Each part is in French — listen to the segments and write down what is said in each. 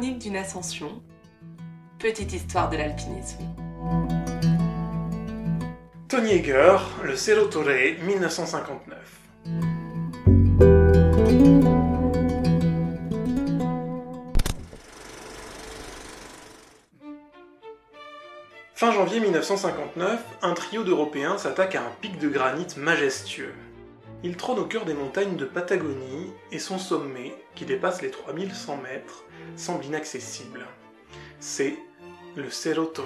chronique d'une ascension, petite histoire de l'alpinisme. Tony Eger, le Cerro Torre, 1959. Fin janvier 1959, un trio d'Européens s'attaque à un pic de granit majestueux. Il trône au cœur des montagnes de Patagonie et son sommet, qui dépasse les 3100 mètres, semble inaccessible. C'est le Cerro Torre.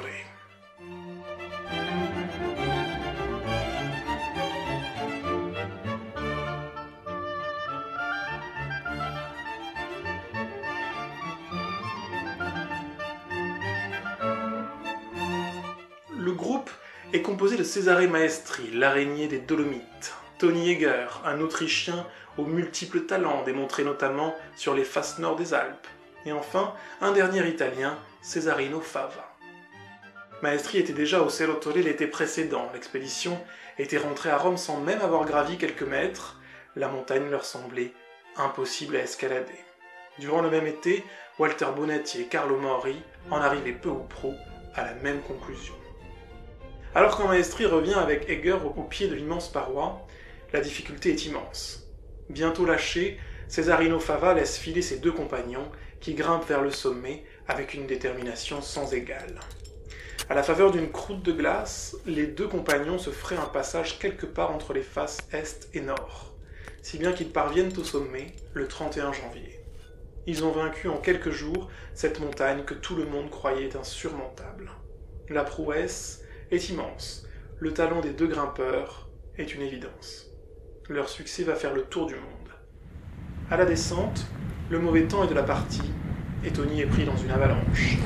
Le groupe est composé de Cesare Maestri, l'araignée des Dolomites, Tony Eger, un Autrichien aux multiples talents démontrés notamment sur les faces nord des Alpes, et enfin un dernier Italien, Cesarino Fava. Maestri était déjà au Cerro Torre l'été précédent, l'expédition était rentrée à Rome sans même avoir gravi quelques mètres, la montagne leur semblait impossible à escalader. Durant le même été, Walter Bonatti et Carlo Mori en arrivaient peu ou prou à la même conclusion. Alors quand Maestri revient avec Eger au pied de l'immense paroi, la difficulté est immense. Bientôt lâché, Cesarino Fava laisse filer ses deux compagnons qui grimpent vers le sommet avec une détermination sans égale. À la faveur d'une croûte de glace, les deux compagnons se feraient un passage quelque part entre les faces est et nord, si bien qu'ils parviennent au sommet le 31 janvier. Ils ont vaincu en quelques jours cette montagne que tout le monde croyait insurmontable. La prouesse est immense, le talent des deux grimpeurs est une évidence. Leur succès va faire le tour du monde. À la descente, le mauvais temps est de la partie, et Tony est pris dans une avalanche.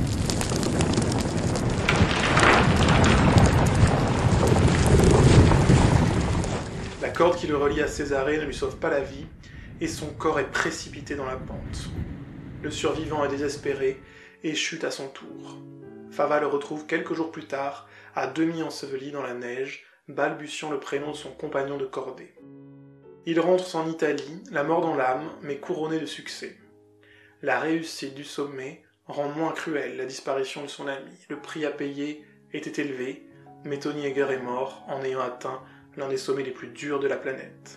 La corde qui le relie à Cesare ne lui sauve pas la vie, et son corps est précipité dans la pente. Le survivant est désespéré, et chute à son tour. Fava le retrouve quelques jours plus tard, à demi enseveli dans la neige, balbutiant le prénom de son compagnon de cordée. Il rentre en Italie, la mort dans l'âme, mais couronné de succès. La réussite du sommet rend moins cruelle la disparition de son ami. Le prix à payer était élevé, mais Tony Eger est mort en ayant atteint l'un des sommets les plus durs de la planète.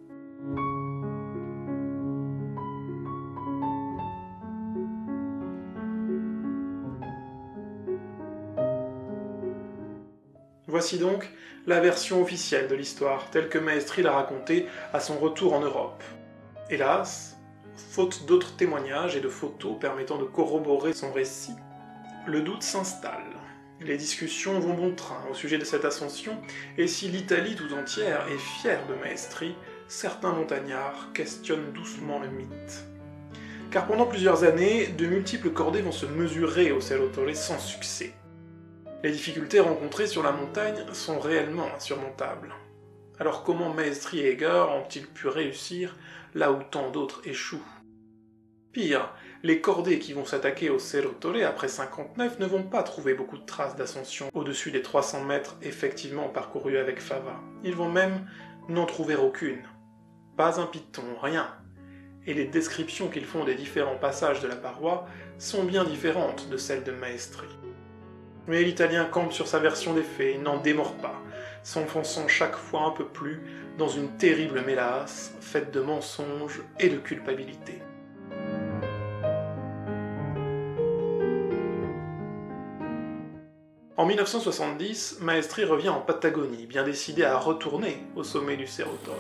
Voici donc la version officielle de l'histoire, telle que Maestri l'a racontée à son retour en Europe. Hélas, faute d'autres témoignages et de photos permettant de corroborer son récit, le doute s'installe. Les discussions vont bon train au sujet de cette ascension, et si l'Italie tout entière est fière de Maestri, certains montagnards questionnent doucement le mythe. Car pendant plusieurs années, de multiples cordées vont se mesurer au Cerro Torre sans succès. Les difficultés rencontrées sur la montagne sont réellement insurmontables. Alors comment Maestri et Eger ont-ils pu réussir là où tant d'autres échouent? Pire, les cordées qui vont s'attaquer au Cerro Torre après 59 ne vont pas trouver beaucoup de traces d'ascension au-dessus des 300 mètres effectivement parcourus avec Fava. Ils vont même n'en trouver aucune. Pas un piton, rien. Et les descriptions qu'ils font des différents passages de la paroi sont bien différentes de celles de Maestri. Mais l'Italien campe sur sa version des faits, il n'en démord pas, s'enfonçant chaque fois un peu plus dans une terrible mélasse, faite de mensonges et de culpabilité. En 1970, Maestri revient en Patagonie, bien décidé à retourner au sommet du Cerro Torre.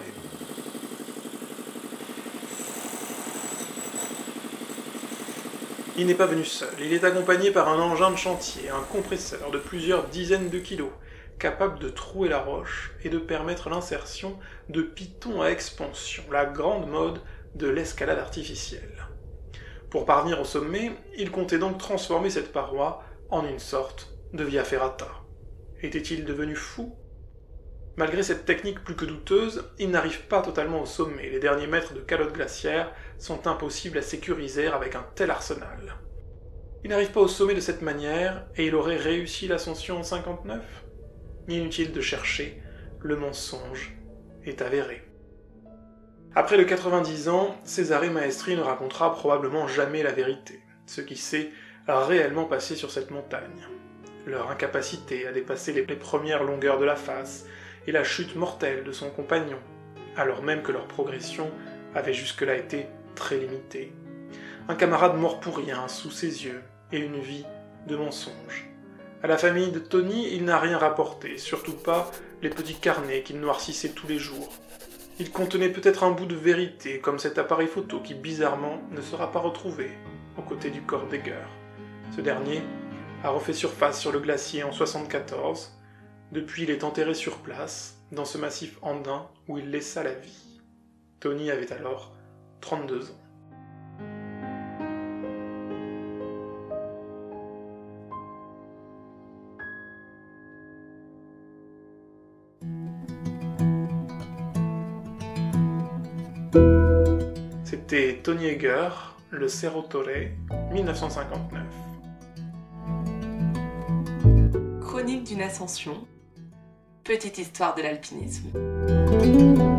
Il n'est pas venu seul, il est accompagné par un engin de chantier, un compresseur de plusieurs dizaines de kilos, capable de trouer la roche et de permettre l'insertion de pitons à expansion, la grande mode de l'escalade artificielle. Pour parvenir au sommet, il comptait donc transformer cette paroi en une sorte de via ferrata. Était-il devenu fou? Malgré cette technique plus que douteuse, il n'arrive pas totalement au sommet. Les derniers mètres de calotte glaciaire sont impossibles à sécuriser avec un tel arsenal. Il n'arrive pas au sommet de cette manière, et il aurait réussi l'ascension en 59? Inutile de chercher, le mensonge est avéré. Après de 90 ans, Cesare Maestri ne racontera probablement jamais la vérité. ce qui s'est réellement passé sur cette montagne. Leur incapacité à dépasser les premières longueurs de la face et la chute mortelle de son compagnon, alors même que leur progression avait jusque-là été très limitée. Un camarade mort pour rien sous ses yeux et une vie de mensonge. À la famille de Tony, il n'a rien rapporté, surtout pas les petits carnets qu'il noircissait tous les jours. Il contenait peut-être un bout de vérité, comme cet appareil photo qui, bizarrement, ne sera pas retrouvé aux côtés du corps d'Egger. Ce dernier a refait surface sur le glacier en 1974. Depuis, il est enterré sur place, dans ce massif andin où il laissa la vie. Tony avait alors 32 ans. C'était Tony Egger, le Cerro Torre, 1959. Chronique d'une ascension. Petite histoire de l'alpinisme.